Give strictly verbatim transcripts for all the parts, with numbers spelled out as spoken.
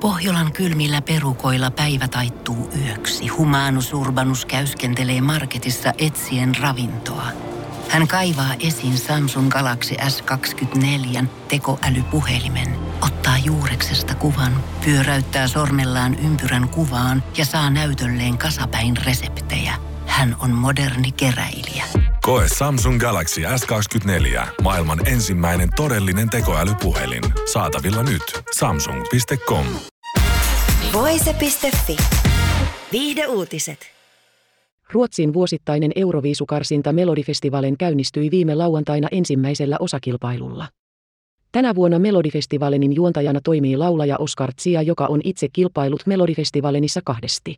Pohjolan kylmillä perukoilla päivä taittuu yöksi. Humanus Urbanus käyskentelee marketissa etsien ravintoa. Hän kaivaa esiin Samsung Galaxy S kaksikymmentäneljä tekoälypuhelimen, ottaa juureksesta kuvan, pyöräyttää sormellaan ympyrän kuvaan ja saa näytölleen kasapäin reseptejä. Hän on moderni keräilijä. Koe Samsung Galaxy S kaksikymmentäneljä, maailman ensimmäinen todellinen tekoälypuhelin. Saatavilla nyt. samsung piste com. Voise piste fi. Viihdeuutiset. Ruotsin vuosittainen Euroviisukarsinta Melodifestivalen käynnistyi viime lauantaina ensimmäisellä osakilpailulla. Tänä vuonna Melodifestivalin juontajana toimii laulaja Oscar Zia, joka on itse kilpailut Melodifestivalenissa kahdesti.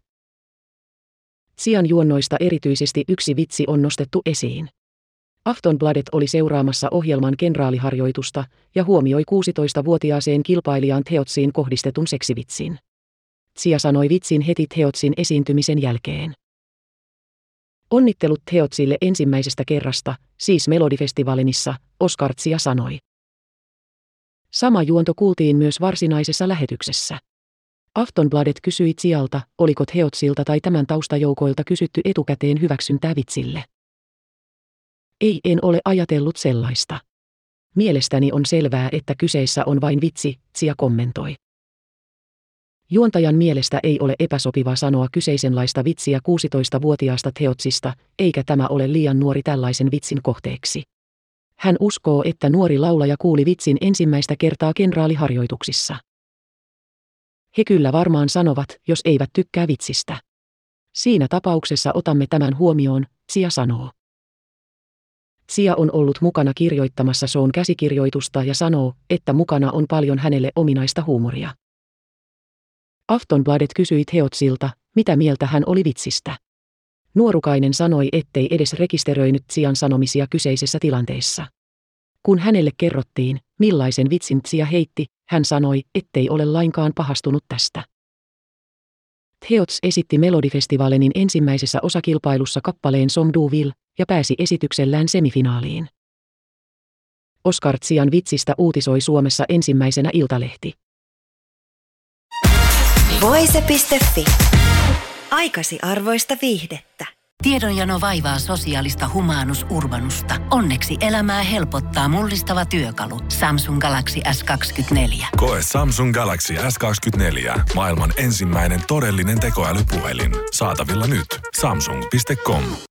Zian juonnoista erityisesti yksi vitsi on nostettu esiin. Aftonbladet oli seuraamassa ohjelman kenraaliharjoitusta ja huomioi kuusitoistavuotiaaseen kilpailijaan Theotsiin kohdistetun seksivitsin. Zia sanoi vitsin heti Theotsin esiintymisen jälkeen. Onnittelut Theotsille ensimmäisestä kerrasta, siis Melodifestivalinissa, Oscar Zia sanoi. Sama juonto kuultiin myös varsinaisessa lähetyksessä. Aftonbladet kysyi Zialta, oliko Theotsilta tai tämän taustajoukoilta kysytty etukäteen hyväksyntää vitsille. Ei, en ole ajatellut sellaista. Mielestäni on selvää, että kyseessä on vain vitsi, Zia kommentoi. Juontajan mielestä ei ole epäsopivaa sanoa kyseisenlaista vitsiä kuusitoistavuotiaasta Theotsista, eikä tämä ole liian nuori tällaisen vitsin kohteeksi. Hän uskoo, että nuori laulaja kuuli vitsin ensimmäistä kertaa kenraaliharjoituksissa. He kyllä varmaan sanovat, jos eivät tykkää vitsistä. Siinä tapauksessa otamme tämän huomioon, Zia sanoo. Zia on ollut mukana kirjoittamassa shown käsikirjoitusta ja sanoo, että mukana on paljon hänelle ominaista huumoria. Aftonbladet kysyi Theotsilta, mitä mieltä hän oli vitsistä. Nuorukainen sanoi, ettei edes rekisteröinyt Zian sanomisia kyseisessä tilanteessa. Kun hänelle kerrottiin, millaisen vitsin Zia heitti, hän sanoi, ettei ole lainkaan pahastunut tästä. Theots esitti Melodifestivalin ensimmäisessä osakilpailussa kappaleen Som du vill ja pääsi esityksellään semifinaaliin. Oscar Zian vitsistä uutisoi Suomessa ensimmäisenä Iltalehti. Voise piste fi. Aikasi arvoista viihdettä. Tiedonjano vaivaa sosiaalista Humanus Urbanusta. Onneksi elämää helpottaa mullistava työkalu. Samsung Galaxy S kaksikymmentäneljä. Koe Samsung Galaxy S kaksikymmentäneljä, maailman ensimmäinen todellinen tekoälypuhelin. Saatavilla nyt. samsung piste com.